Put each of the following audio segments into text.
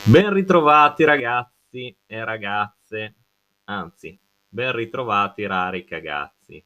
Ben ritrovati ragazzi e ragazze, anzi, ben ritrovati rari cagazzi.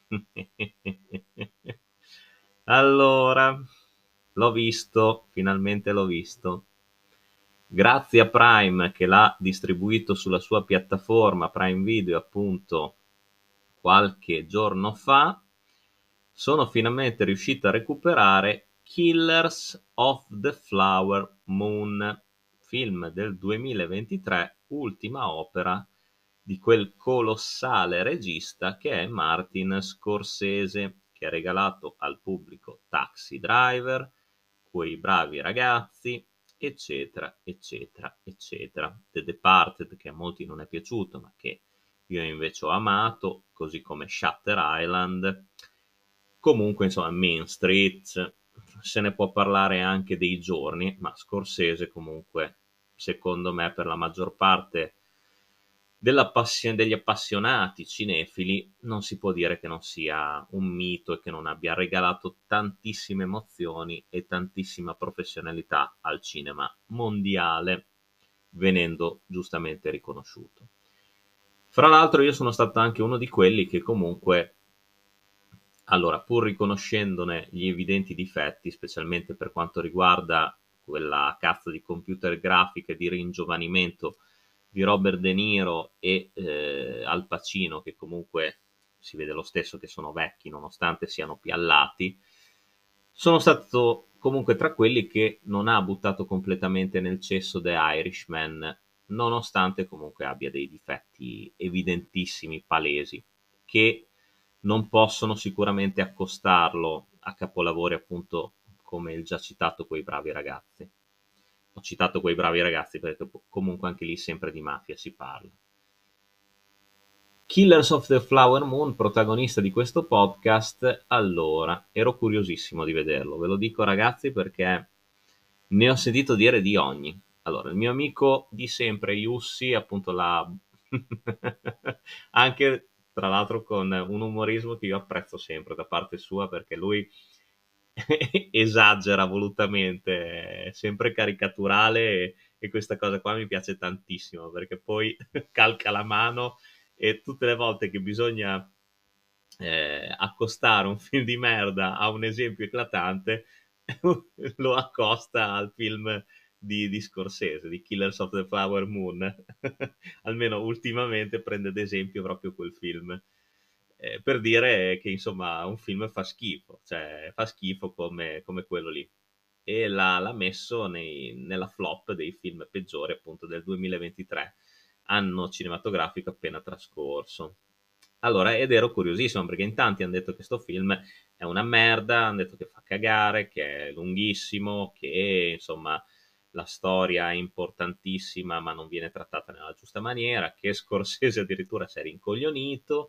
Allora, l'ho visto, finalmente l'ho visto. Grazie a Prime che l'ha distribuito sulla sua piattaforma Prime Video appunto qualche giorno fa, sono finalmente riuscito a recuperare Killers of the Flower Moon, film del 2023, ultima opera di quel colossale regista che è Martin Scorsese, che ha regalato al pubblico Taxi Driver, Quei bravi ragazzi, eccetera, eccetera, eccetera. The Departed, che a molti non è piaciuto, ma che io invece ho amato, così come Shutter Island. Comunque, insomma, Mean Street, se ne può parlare anche dei giorni, ma Scorsese comunque, secondo me, per la maggior parte degli appassionati cinefili, non si può dire che non sia un mito e che non abbia regalato tantissime emozioni e tantissima professionalità al cinema mondiale, venendo giustamente riconosciuto. Fra l'altro io sono stato anche uno di quelli che comunque, allora, pur riconoscendone gli evidenti difetti, specialmente per quanto riguarda quella cazzo di computer grafica e di ringiovanimento di Robert De Niro e Al Pacino, che comunque si vede lo stesso che sono vecchi nonostante siano piallati, sono stato comunque tra quelli che non ha buttato completamente nel cesso The Irishman, nonostante comunque abbia dei difetti evidentissimi, palesi, che non possono sicuramente accostarlo a capolavori appunto come il già citato Quei bravi ragazzi. Ho citato Quei bravi ragazzi perché comunque anche lì sempre di mafia si parla. Killers of the Flower Moon, protagonista di questo podcast, allora, ero curiosissimo di vederlo, ve lo dico ragazzi perché ne ho sentito dire di ogni. Allora, il mio amico di sempre, Yussi, appunto la... anche tra l'altro con un umorismo che io apprezzo sempre da parte sua perché lui esagera volutamente, è sempre caricaturale e questa cosa qua mi piace tantissimo perché poi calca la mano e tutte le volte che bisogna accostare un film di merda a un esempio eclatante lo accosta al film di Scorsese, di Killers of the Flower Moon. Almeno ultimamente prende ad esempio proprio quel film. Per dire che insomma un film fa schifo, cioè fa schifo come quello lì. E l'ha messo nella flop dei film peggiori appunto del 2023, anno cinematografico appena trascorso. Allora, ed ero curiosissimo perché in tanti hanno detto che sto film è una merda, hanno detto che fa cagare, che è lunghissimo, che insomma la storia è importantissima ma non viene trattata nella giusta maniera, che Scorsese addirittura si è rincoglionito,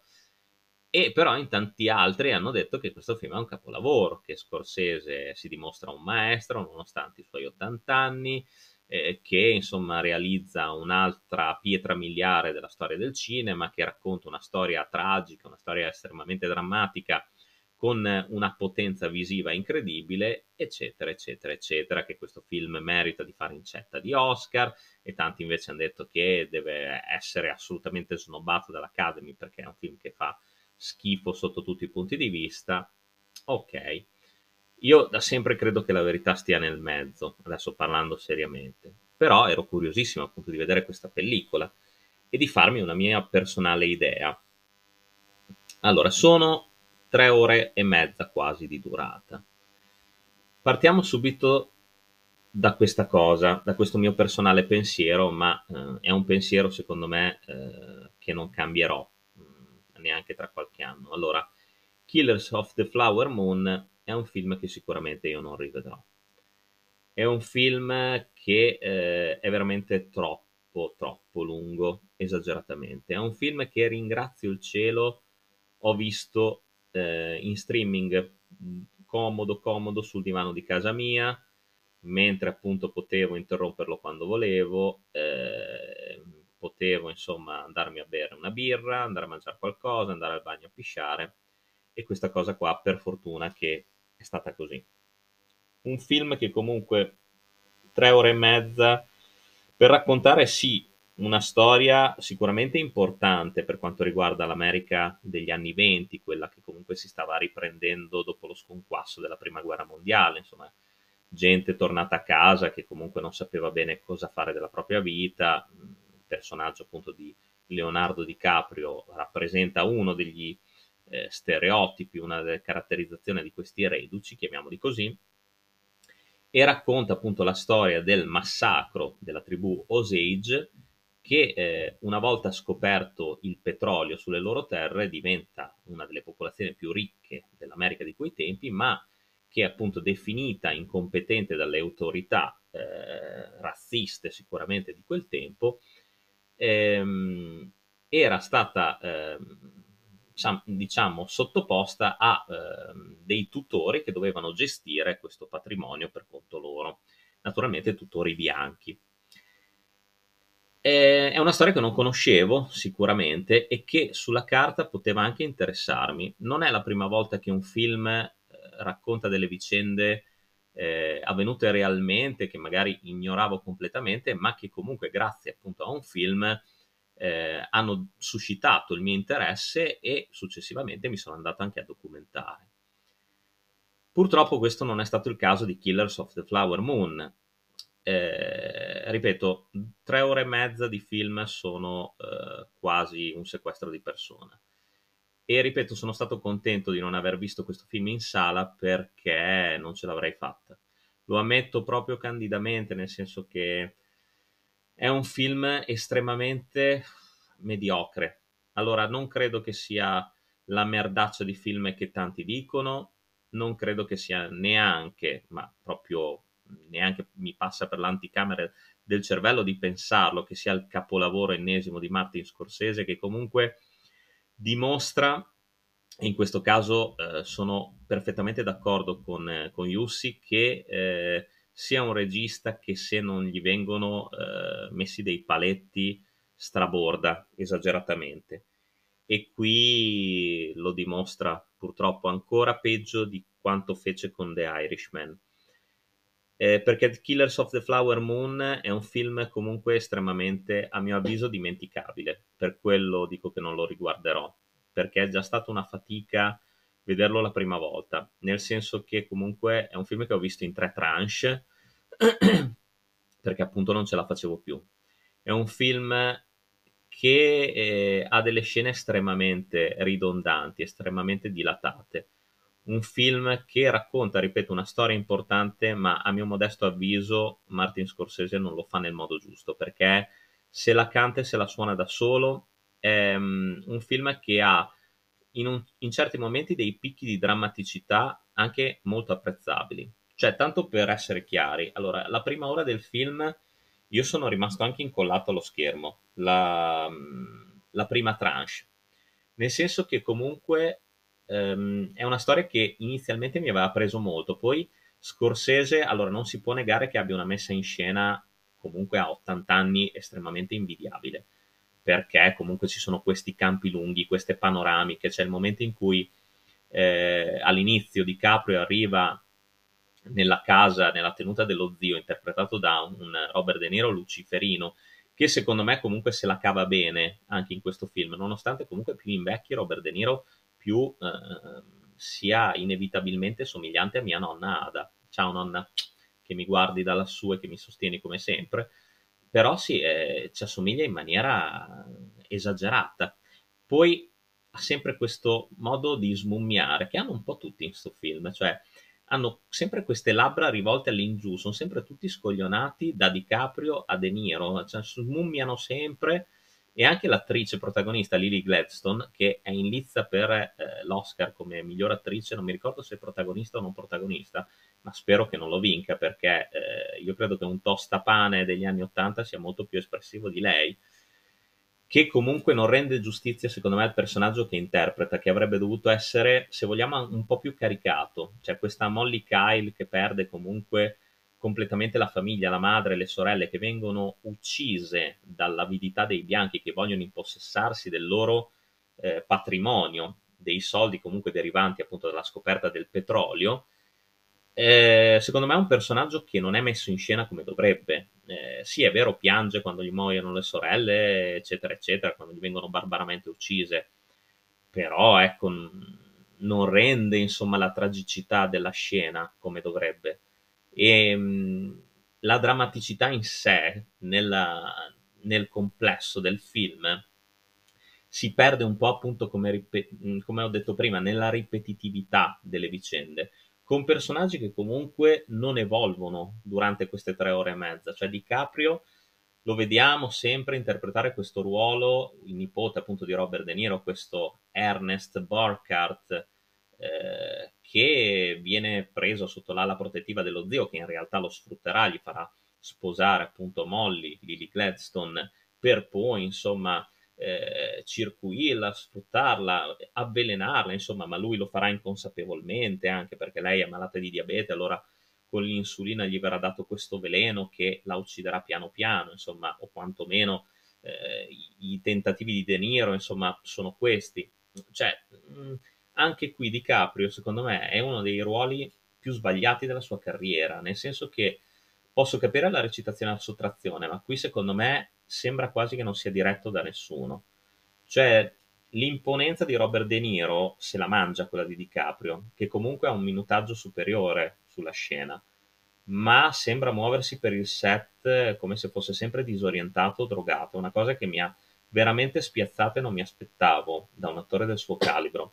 e però in tanti altri hanno detto che questo film è un capolavoro, che Scorsese si dimostra un maestro nonostante i suoi 80 anni, che insomma realizza un'altra pietra miliare della storia del cinema, che racconta una storia tragica, una storia estremamente drammatica, con una potenza visiva incredibile, eccetera, eccetera, eccetera, che questo film merita di fare incetta di Oscar, e tanti invece hanno detto che deve essere assolutamente snobbato dall'Academy perché è un film che fa schifo sotto tutti i punti di vista. Ok, io da sempre credo che la verità stia nel mezzo, adesso parlando seriamente, però ero curiosissimo appunto di vedere questa pellicola e di farmi una mia personale idea. Allora, sono 3 ore e mezza quasi di durata. Partiamo subito da questa cosa, da questo mio personale pensiero, ma è un pensiero secondo me che non cambierò neanche tra qualche anno. Allora, Killers of the Flower Moon è un film che sicuramente io non rivedrò. È un film che è veramente troppo, troppo lungo, esageratamente. È un film che ringrazio il cielo ho visto in streaming comodo, comodo sul divano di casa mia, mentre appunto potevo interromperlo quando volevo, potevo insomma andarmi a bere una birra, andare a mangiare qualcosa, andare al bagno a pisciare, e questa cosa qua per fortuna che è stata così. Un film che comunque 3 ore e mezza per raccontare sì, una storia sicuramente importante per quanto riguarda l'America degli anni '20, quella che comunque si stava riprendendo dopo lo sconquasso della prima guerra mondiale, insomma, gente tornata a casa che comunque non sapeva bene cosa fare della propria vita. Il personaggio appunto di Leonardo DiCaprio rappresenta uno degli stereotipi, una delle caratterizzazioni di questi reduci, chiamiamoli così, e racconta appunto la storia del massacro della tribù Osage che una volta scoperto il petrolio sulle loro terre diventa una delle popolazioni più ricche dell'America di quei tempi, ma che è appunto definita incompetente dalle autorità razziste sicuramente di quel tempo, ehm, era stata diciamo sottoposta a dei tutori che dovevano gestire questo patrimonio per conto loro, naturalmente tutori bianchi. È una storia che non conoscevo sicuramente e che sulla carta poteva anche interessarmi. Non è la prima volta che un film racconta delle vicende avvenute realmente, che magari ignoravo completamente, ma che comunque grazie appunto a un film hanno suscitato il mio interesse e successivamente mi sono andato anche a documentare. Purtroppo questo non è stato il caso di Killers of the Flower Moon. Ripeto, 3 ore e mezza di film sono quasi un sequestro di persona. E ripeto, sono stato contento di non aver visto questo film in sala perché non ce l'avrei fatta. Lo ammetto proprio candidamente, nel senso che è un film estremamente mediocre. Allora, non credo che sia la merdaccia di film che tanti dicono, non credo che sia neanche, ma proprio neanche mi passa per l'anticamera del cervello di pensarlo, che sia il capolavoro ennesimo di Martin Scorsese, che comunque dimostra, e in questo caso sono perfettamente d'accordo con Jussi, che sia un regista che se non gli vengono messi dei paletti straborda esageratamente. E qui lo dimostra purtroppo ancora peggio di quanto fece con The Irishman. Perché Killers of the Flower Moon è un film comunque estremamente, a mio avviso, dimenticabile. Per quello dico che non lo riguarderò, perché è già stata una fatica vederlo la prima volta, nel senso che comunque è un film che ho visto in 3 tranche, perché appunto non ce la facevo più. È un film che ha delle scene estremamente ridondanti, estremamente dilatate. Un film che racconta, ripeto, una storia importante, ma a mio modesto avviso Martin Scorsese non lo fa nel modo giusto, perché se la canta e se la suona da solo è un film che ha in certi momenti dei picchi di drammaticità anche molto apprezzabili. Cioè, tanto per essere chiari, allora, la prima ora del film io sono rimasto anche incollato allo schermo, la prima tranche, nel senso che comunque è una storia che inizialmente mi aveva preso molto, poi Scorsese, allora non si può negare che abbia una messa in scena comunque a 80 anni estremamente invidiabile, perché comunque ci sono questi campi lunghi, queste panoramiche, c'è il momento in cui all'inizio DiCaprio arriva nella casa, nella tenuta dello zio, interpretato da un Robert De Niro luciferino, che secondo me comunque se la cava bene anche in questo film, nonostante comunque più invecchi Robert De Niro, più sia inevitabilmente somigliante a mia nonna Ada. Ciao nonna, che mi guardi da lassù e che mi sostieni come sempre, però sì, ci assomiglia in maniera esagerata. Poi ha sempre questo modo di smummiare che hanno un po' tutti in sto film, cioè hanno sempre queste labbra rivolte all'ingiù, sono sempre tutti scoglionati da DiCaprio a De Niro, cioè smummiano sempre, e anche l'attrice protagonista Lily Gladstone, che è in lizza per l'Oscar come miglior attrice, non mi ricordo se è protagonista o non protagonista, ma spero che non lo vinca perché io credo che un tostapane degli anni '80 sia molto più espressivo di lei, che comunque non rende giustizia secondo me al personaggio che interpreta, che avrebbe dovuto essere, se vogliamo, un po' più caricato. Cioè questa Molly Kyle che perde comunque completamente la famiglia, la madre, le sorelle, che vengono uccise dall'avidità dei bianchi che vogliono impossessarsi del loro patrimonio, dei soldi comunque derivanti appunto dalla scoperta del petrolio. Secondo me è un personaggio che non è messo in scena come dovrebbe. Sì, è vero, piange quando gli muoiono le sorelle, eccetera, eccetera, quando gli vengono barbaramente uccise, però ecco, non rende insomma la tragicità della scena come dovrebbe. E la drammaticità in sé, nel complesso del film, si perde un po' appunto come ho detto prima, nella ripetitività delle vicende, con personaggi che comunque non evolvono durante queste 3 ore e mezza. Cioè DiCaprio lo vediamo sempre interpretare questo ruolo, il nipote appunto di Robert De Niro, questo Ernest Burkhardt, che viene preso sotto l'ala protettiva dello zio, che in realtà lo sfrutterà, gli farà sposare appunto Molly, Lily Gladstone, per poi insomma circuirla, sfruttarla, avvelenarla, insomma, ma lui lo farà inconsapevolmente anche perché lei è malata di diabete, allora con l'insulina gli verrà dato questo veleno che la ucciderà piano piano, insomma, o quantomeno i tentativi di De Niro, insomma, sono questi. Cioè, anche qui DiCaprio, secondo me, è uno dei ruoli più sbagliati della sua carriera, nel senso che posso capire la recitazione a sottrazione, ma qui secondo me sembra quasi che non sia diretto da nessuno. Cioè, l'imponenza di Robert De Niro se la mangia quella di DiCaprio, che comunque ha un minutaggio superiore sulla scena, ma sembra muoversi per il set come se fosse sempre disorientato o drogato, una cosa che mi ha veramente spiazzato e non mi aspettavo da un attore del suo calibro.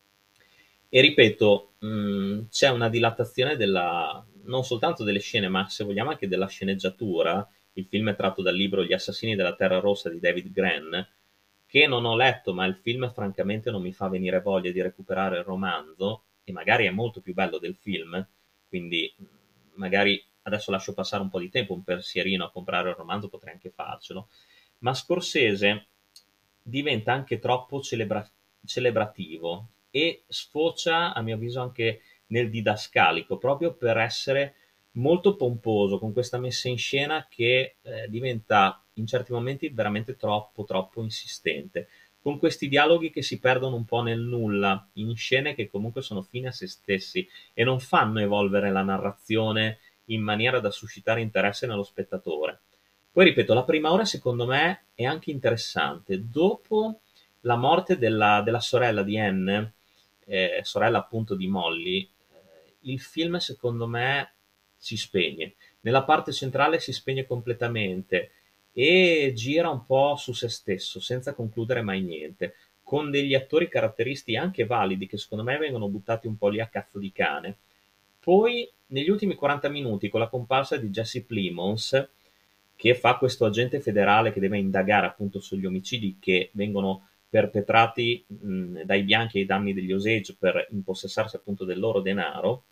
E ripeto, c'è una dilatazione non soltanto delle scene, ma se vogliamo anche della sceneggiatura. Il film è tratto dal libro Gli assassini della Terra Rossa di David Grann, che non ho letto, ma il film francamente non mi fa venire voglia di recuperare il romanzo, e magari è molto più bello del film, quindi magari adesso lascio passare un po' di tempo, un pensierino a comprare il romanzo potrei anche farcelo. Ma Scorsese diventa anche troppo celebrativo e sfocia, a mio avviso, anche nel didascalico, proprio per essere molto pomposo con questa messa in scena che diventa in certi momenti veramente troppo, troppo insistente. Con questi dialoghi che si perdono un po' nel nulla, in scene che comunque sono fine a se stessi e non fanno evolvere la narrazione in maniera da suscitare interesse nello spettatore. Poi ripeto, la prima ora secondo me è anche interessante. Dopo la morte della sorella di Anne, sorella appunto di Molly, il film secondo me si spegne. Nella parte centrale si spegne completamente e gira un po' su se stesso, senza concludere mai niente, con degli attori caratteristi anche validi che secondo me vengono buttati un po' lì a cazzo di cane. Poi, negli ultimi 40 minuti, con la comparsa di Jesse Plimons, che fa questo agente federale che deve indagare appunto sugli omicidi che vengono perpetrati dai bianchi ai danni degli Osage per impossessarsi appunto del loro denaro.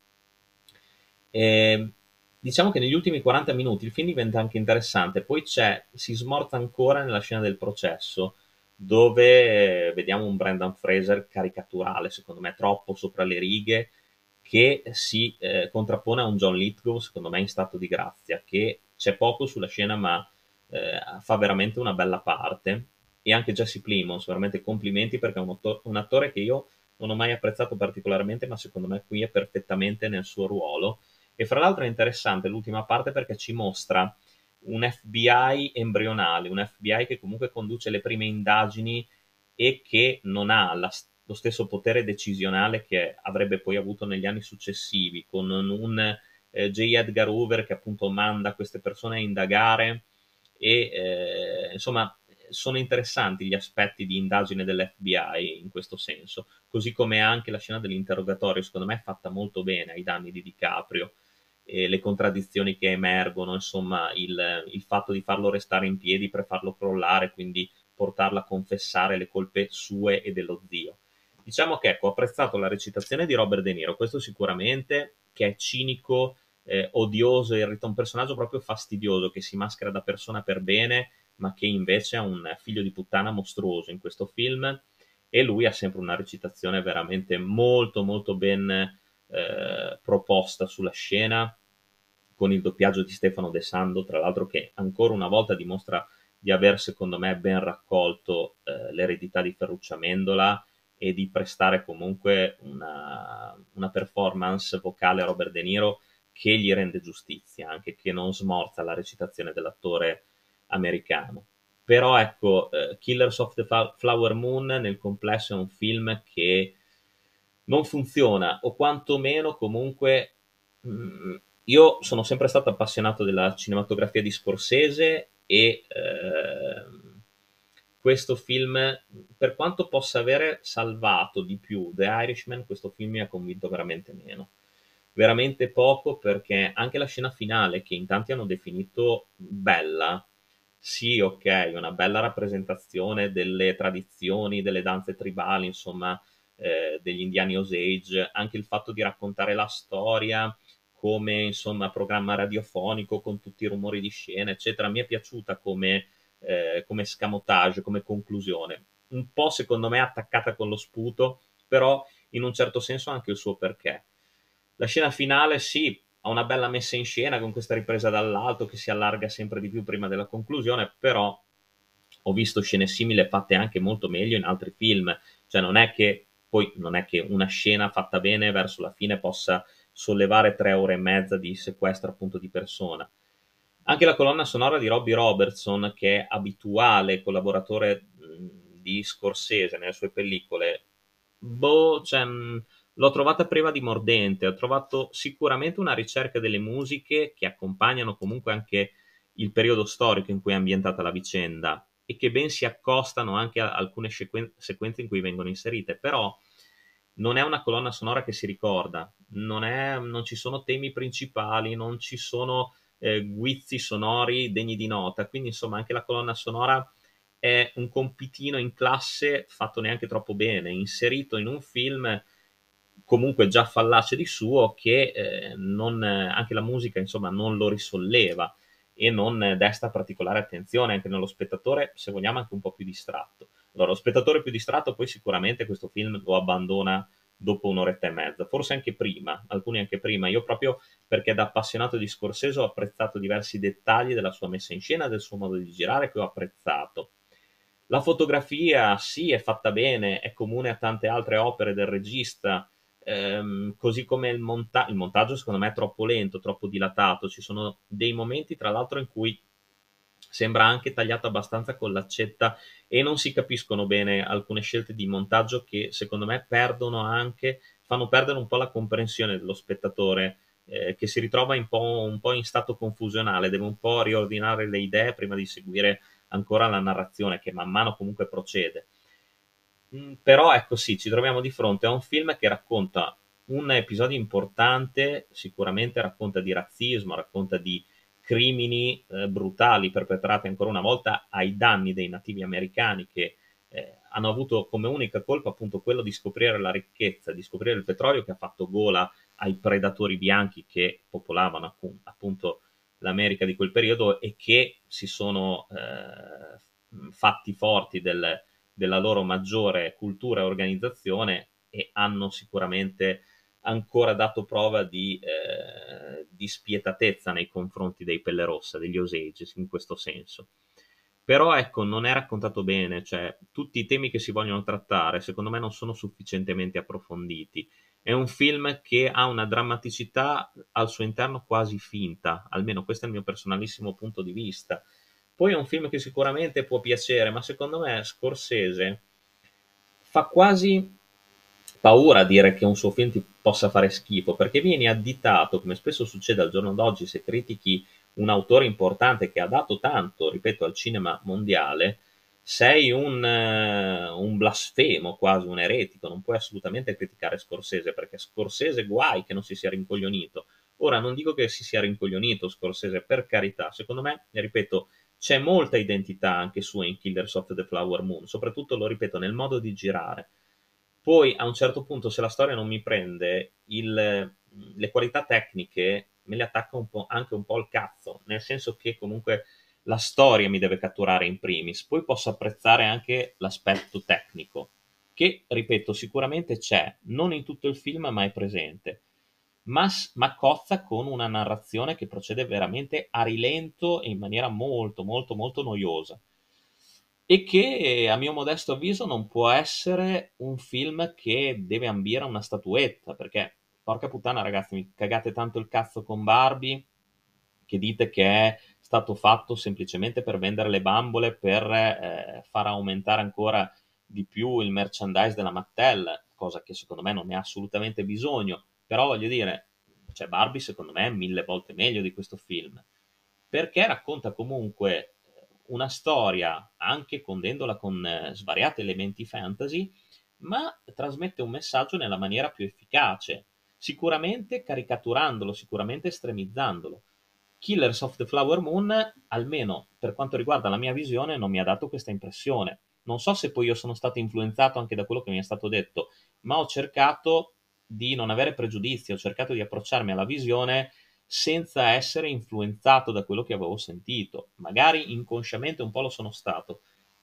E, diciamo che negli ultimi 40 minuti il film diventa anche interessante, poi si smorza ancora nella scena del processo, dove vediamo un Brendan Fraser caricaturale, secondo me troppo sopra le righe, che si contrappone a un John Lithgow, secondo me in stato di grazia, che c'è poco sulla scena ma fa veramente una bella parte. E anche Jesse Plimons, veramente complimenti perché è un attore che io non ho mai apprezzato particolarmente, ma secondo me qui è perfettamente nel suo ruolo. E fra l'altro è interessante l'ultima parte perché ci mostra un FBI embrionale, un FBI che comunque conduce le prime indagini e che non ha lo stesso potere decisionale che avrebbe poi avuto negli anni successivi, con un J. Edgar Hoover che appunto manda queste persone a indagare e insomma sono interessanti gli aspetti di indagine dell'FBI in questo senso, così come anche la scena dell'interrogatorio, secondo me è fatta molto bene ai danni di DiCaprio, e le contraddizioni che emergono, insomma il fatto di farlo restare in piedi per farlo crollare, quindi portarlo a confessare le colpe sue e dello zio. Diciamo che ecco, ho apprezzato la recitazione di Robert De Niro, questo sicuramente, che è cinico, odioso, irrita un personaggio proprio fastidioso, che si maschera da persona per bene, ma che invece è un figlio di puttana mostruoso in questo film, e lui ha sempre una recitazione veramente molto molto ben proposta sulla scena, con il doppiaggio di Stefano De Sando, tra l'altro, che ancora una volta dimostra di aver secondo me ben raccolto l'eredità di Ferruccio Amendola e di prestare comunque una performance vocale a Robert De Niro che gli rende giustizia, anche che non smorza la recitazione dell'attore americano. Però ecco, Killers of the Flower Moon nel complesso è un film che non funziona, o quantomeno comunque mh, io sono sempre stato appassionato della cinematografia di Scorsese e questo film, per quanto possa avere salvato di più The Irishman, questo film mi ha convinto veramente meno. Veramente poco, perché anche la scena finale, che in tanti hanno definito bella, sì, ok, una bella rappresentazione delle tradizioni, delle danze tribali, insomma, degli indiani Osage, anche il fatto di raccontare la storia come, insomma, programma radiofonico con tutti i rumori di scena, eccetera, mi è piaciuta come scamotage, come conclusione. Un po' secondo me attaccata con lo sputo, però in un certo senso ha anche il suo perché. La scena finale sì, ha una bella messa in scena con questa ripresa dall'alto che si allarga sempre di più prima della conclusione, però ho visto scene simili fatte anche molto meglio in altri film, cioè non è che una scena fatta bene verso la fine possa sollevare 3 ore e mezza di sequestro appunto di persona. Anche la colonna sonora di Robbie Robertson, che è abituale collaboratore di Scorsese nelle sue pellicole, boh, cioè, l'ho trovata priva di mordente. Ho trovato sicuramente una ricerca delle musiche che accompagnano comunque anche il periodo storico in cui è ambientata la vicenda e che ben si accostano anche a alcune sequenze in cui vengono inserite, però non è una colonna sonora che si ricorda, non ci sono temi principali, non ci sono guizzi sonori degni di nota, quindi insomma anche la colonna sonora è un compitino in classe fatto neanche troppo bene, inserito in un film comunque già fallace di suo che anche la musica insomma non lo risolleva e non desta particolare attenzione anche nello spettatore, se vogliamo anche un po' più distratto. Allora, lo spettatore più distratto poi sicuramente questo film lo abbandona dopo un'oretta e mezza, forse anche prima, alcuni anche prima. Io proprio perché da appassionato di Scorsese ho apprezzato diversi dettagli della sua messa in scena, del suo modo di girare che ho apprezzato. La fotografia sì, è fatta bene, è comune a tante altre opere del regista, così come il montaggio secondo me è troppo lento, troppo dilatato. Ci sono dei momenti, tra l'altro, in cui sembra anche tagliato abbastanza con l'accetta e non si capiscono bene alcune scelte di montaggio che secondo me fanno perdere un po' la comprensione dello spettatore, che si ritrova un po' in stato confusionale, deve un po' riordinare le idee prima di seguire ancora la narrazione che man mano comunque procede. Però ecco sì, ci troviamo di fronte a un film che racconta un episodio importante, sicuramente racconta di razzismo, racconta di crimini brutali perpetrati ancora una volta ai danni dei nativi americani che hanno avuto come unica colpa appunto quello di scoprire la ricchezza, di scoprire il petrolio che ha fatto gola ai predatori bianchi che popolavano appunto l'America di quel periodo e che si sono fatti forti della loro maggiore cultura e organizzazione e hanno sicuramente ancora dato prova di spietatezza nei confronti dei Pelle Rossa, degli Osage, in questo senso. Però ecco, non è raccontato bene, cioè tutti i temi che si vogliono trattare secondo me non sono sufficientemente approfonditi. È un film che ha una drammaticità al suo interno quasi finta, almeno questo è il mio personalissimo punto di vista. Poi è un film che sicuramente può piacere, ma secondo me Scorsese fa quasi paura a dire che un suo film ti possa fare schifo, perché vieni additato, come spesso succede al giorno d'oggi, se critichi un autore importante che ha dato tanto, ripeto, al cinema mondiale, sei un blasfemo, quasi un eretico, non puoi assolutamente criticare Scorsese, perché Scorsese guai che non si sia rincoglionito. Ora, non dico che si sia rincoglionito Scorsese, per carità, secondo me, ripeto, c'è molta identità anche sua in Killers of the Flower Moon, soprattutto, lo ripeto, nel modo di girare. Poi a un certo punto, se la storia non mi prende, le qualità tecniche me le attacca anche un po' al cazzo, nel senso che comunque la storia mi deve catturare in primis, poi posso apprezzare anche l'aspetto tecnico, che, ripeto, sicuramente c'è, non in tutto il film, ma è presente, ma cozza con una narrazione che procede veramente a rilento e in maniera molto, molto, molto noiosa. e che a mio modesto avviso non può essere un film che deve ambire a una statuetta, perché porca puttana ragazzi, mi cagate tanto il cazzo con Barbie, che dite che è stato fatto semplicemente per vendere le bambole, per far aumentare ancora di più il merchandise della Mattel, cosa che secondo me non ne ha assolutamente bisogno, però voglio dire, cioè Barbie secondo me è mille volte meglio di questo film, perché racconta comunque una storia, anche condendola con svariati elementi fantasy, ma trasmette un messaggio nella maniera più efficace, sicuramente caricaturandolo, sicuramente estremizzandolo. Killers of the Flower Moon, almeno per quanto riguarda la mia visione, non mi ha dato questa impressione. Non so se poi io sono stato influenzato anche da quello che mi è stato detto, ma ho cercato di non avere pregiudizi, ho cercato di approcciarmi alla visione senza essere influenzato da quello che avevo sentito. Magari inconsciamente un po' lo sono stato,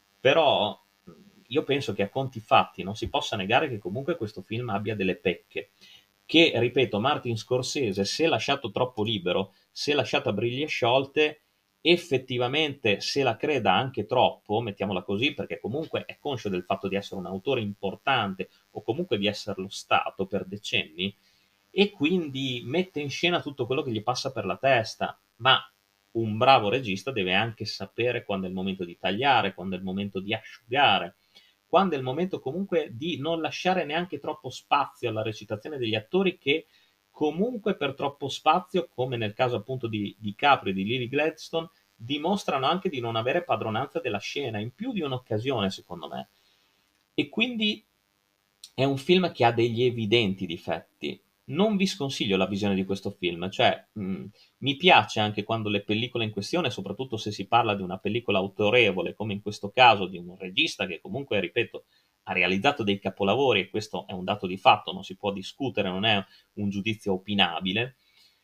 però io penso che a conti fatti non si possa negare che comunque questo film abbia delle pecche, che, ripeto, Martin Scorsese, se lasciato troppo libero, se lasciato a briglie sciolte, effettivamente se la creda anche troppo, mettiamola così, perché comunque è conscio del fatto di essere un autore importante o comunque di esserlo stato per decenni, e quindi mette in scena tutto quello che gli passa per la testa, ma un bravo regista deve anche sapere quando è il momento di tagliare, quando è il momento di asciugare, quando è il momento comunque di non lasciare neanche troppo spazio alla recitazione degli attori che comunque per troppo spazio, come nel caso appunto di Capri e di Lily Gladstone, dimostrano anche di non avere padronanza della scena in più di un'occasione, secondo me. E quindi è un film che ha degli evidenti difetti. Non vi sconsiglio la visione di questo film, cioè mi piace anche quando le pellicole in questione, soprattutto se si parla di una pellicola autorevole, come in questo caso di un regista che comunque, ripeto, ha realizzato dei capolavori e questo è un dato di fatto, non si può discutere, non è un giudizio opinabile.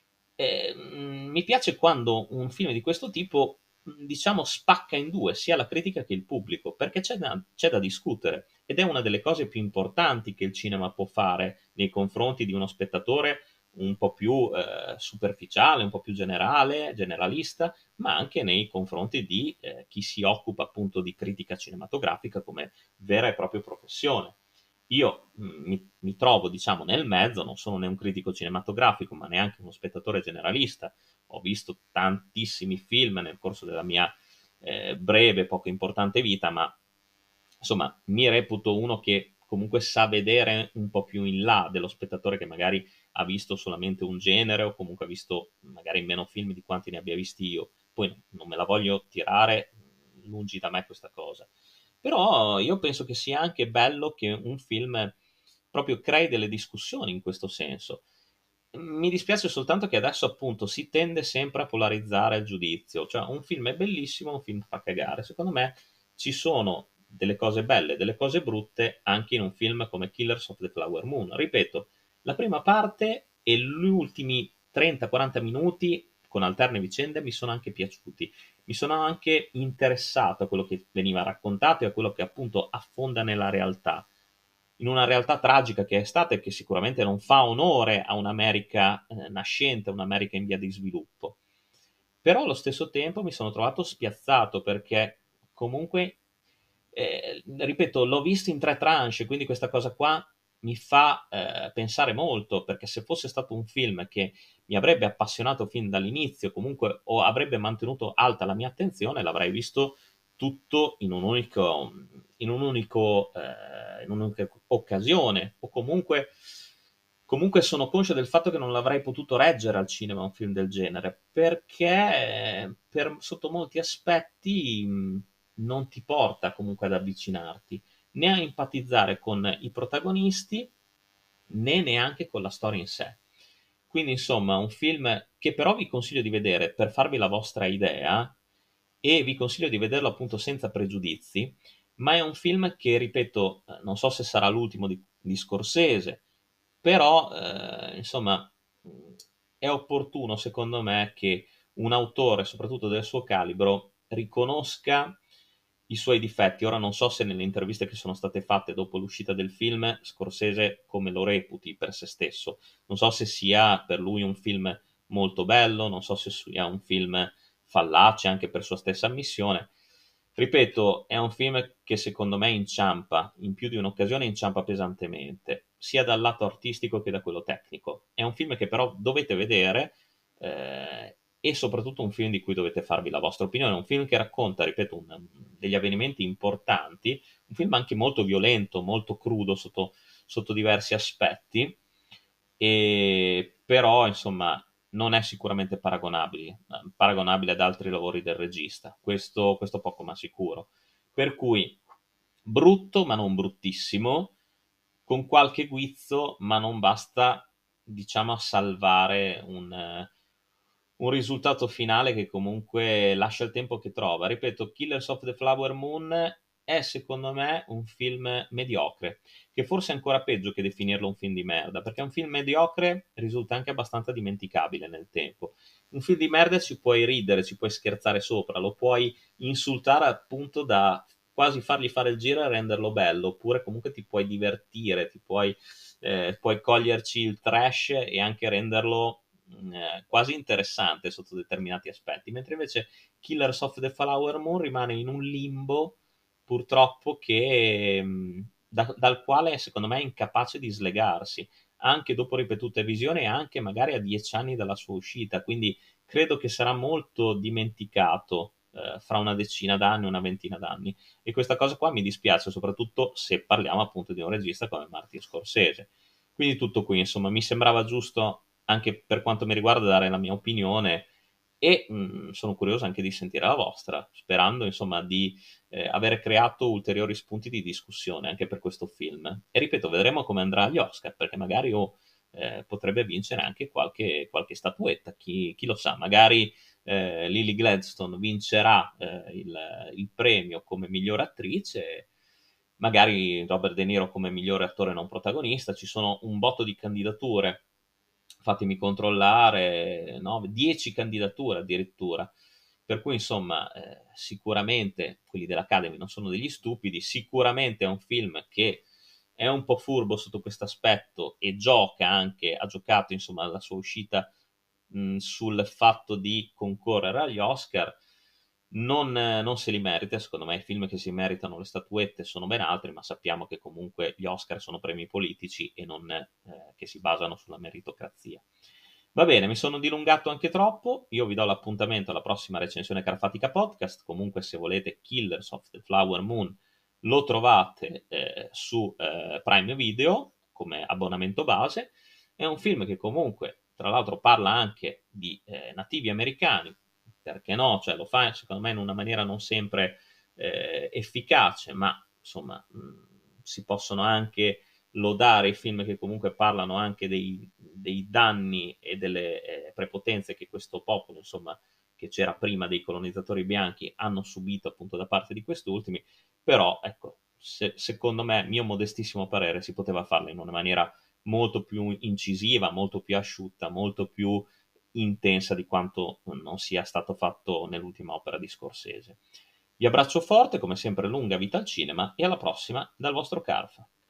Mi piace quando un film di questo tipo, diciamo, spacca in due sia la critica che il pubblico, perché c'è da discutere ed è una delle cose più importanti che il cinema può fare nei confronti di uno spettatore un po' più superficiale, un po' più generale, generalista, ma anche nei confronti di chi si occupa appunto di critica cinematografica come vera e propria professione. Io mi trovo, diciamo, nel mezzo, non sono né un critico cinematografico, ma neanche uno spettatore generalista. Ho visto tantissimi film nel corso della mia breve, poco importante vita, ma insomma, mi reputo uno che comunque sa vedere un po' più in là dello spettatore che magari ha visto solamente un genere o comunque ha visto magari meno film di quanti ne abbia visti io. Poi non me la voglio tirare, lungi da me questa cosa. Però io penso che sia anche bello che un film proprio crei delle discussioni in questo senso. Mi dispiace soltanto che adesso appunto si tende sempre a polarizzare il giudizio, cioè un film è bellissimo, un film fa cagare. Secondo me ci sono delle cose belle, delle cose brutte anche in un film come Killers of the Flower Moon. Ripeto, la prima parte e gli ultimi 30-40 minuti con alterne vicende mi sono anche piaciuti. Mi sono anche interessato a quello che veniva raccontato e a quello che appunto affonda nella realtà, in una realtà tragica che è stata e che sicuramente non fa onore a un'America nascente, a un'America in via di sviluppo. Però allo stesso tempo mi sono trovato spiazzato perché comunque, ripeto, l'ho visto in tre tranche, quindi questa cosa qua mi fa pensare molto, perché se fosse stato un film che mi avrebbe appassionato fin dall'inizio, comunque, o avrebbe mantenuto alta la mia attenzione, l'avrei visto tutto in un'unica occasione, o comunque sono conscio del fatto che non l'avrei potuto reggere al cinema un film del genere, perché sotto molti aspetti non ti porta comunque ad avvicinarti, né a empatizzare con i protagonisti, né neanche con la storia in sé. Quindi, insomma, un film che però vi consiglio di vedere per farvi la vostra idea e vi consiglio di vederlo appunto senza pregiudizi, ma è un film che, ripeto, non so se sarà l'ultimo di Scorsese, però, insomma, mh, è opportuno, secondo me, che un autore, soprattutto del suo calibro, riconosca i suoi difetti. Ora non so se nelle interviste che sono state fatte dopo l'uscita del film, Scorsese come lo reputi per se stesso. Non so se sia per lui un film molto bello, non so se sia un film fallace anche per sua stessa ammissione, Ripeto, è un film che secondo me inciampa, in più di un'occasione inciampa pesantemente, sia dal lato artistico che da quello tecnico. È un film che però dovete vedere, e soprattutto un film di cui dovete farvi la vostra opinione. Un film che racconta, ripeto, degli avvenimenti importanti, un film anche molto violento, molto crudo sotto diversi aspetti, e però insomma non è sicuramente paragonabile ad altri lavori del regista, questo poco ma sicuro. Per cui brutto ma non bruttissimo, con qualche guizzo, ma non basta, diciamo, a salvare un risultato finale che comunque lascia il tempo che trova. Ripeto, Killers of the Flower Moon è secondo me un film mediocre, che forse è ancora peggio che definirlo un film di merda, perché un film mediocre risulta anche abbastanza dimenticabile nel tempo. Un film di merda ci puoi ridere, ci puoi scherzare sopra, lo puoi insultare appunto da quasi fargli fare il giro e renderlo bello, oppure comunque ti puoi divertire, puoi coglierci il trash e anche renderlo quasi interessante sotto determinati aspetti, mentre invece Killers of the Flower Moon rimane in un limbo purtroppo dal quale secondo me è incapace di slegarsi, anche dopo ripetute visioni e anche magari a 10 anni dalla sua uscita, quindi credo che sarà molto dimenticato fra una decina d'anni, una ventina d'anni. E questa cosa qua mi dispiace, soprattutto se parliamo appunto di un regista come Martin Scorsese. Quindi tutto qui, insomma, mi sembrava giusto anche per quanto mi riguarda dare la mia opinione e sono curioso anche di sentire la vostra, sperando insomma di avere creato ulteriori spunti di discussione anche per questo film. E ripeto, vedremo come andrà agli Oscar, perché magari potrebbe vincere anche qualche statuetta, chi lo sa, magari Lily Gladstone vincerà il premio come miglior attrice, magari Robert De Niro come migliore attore non protagonista, ci sono un botto di candidature, fatemi controllare, no? 10 candidature addirittura, per cui insomma sicuramente quelli dell'Academy non sono degli stupidi, sicuramente è un film che è un po' furbo sotto questo aspetto e ha giocato insomma alla sua uscita sul fatto di concorrere agli Oscar, non se li merita, secondo me i film che si meritano le statuette sono ben altri, ma sappiamo che comunque gli Oscar sono premi politici e non che si basano sulla meritocrazia. Va bene, mi sono dilungato anche troppo, io vi do l'appuntamento alla prossima recensione Carfatica Podcast, comunque se volete Killers of the Flower Moon lo trovate su Prime Video come abbonamento base, è un film che comunque, tra l'altro, parla anche di nativi americani, perché no? Cioè, lo fa, secondo me, in una maniera non sempre efficace, ma insomma, si possono anche lodare i film che comunque parlano anche dei danni e delle prepotenze che questo popolo, insomma, che c'era prima dei colonizzatori bianchi, hanno subito appunto da parte di quest'ultimi, però ecco, secondo me, mio modestissimo parere, si poteva farlo in una maniera molto più incisiva, molto più asciutta, molto più intensa di quanto non sia stato fatto nell'ultima opera di Scorsese. Vi abbraccio forte, come sempre lunga vita al cinema e alla prossima dal vostro Carfa.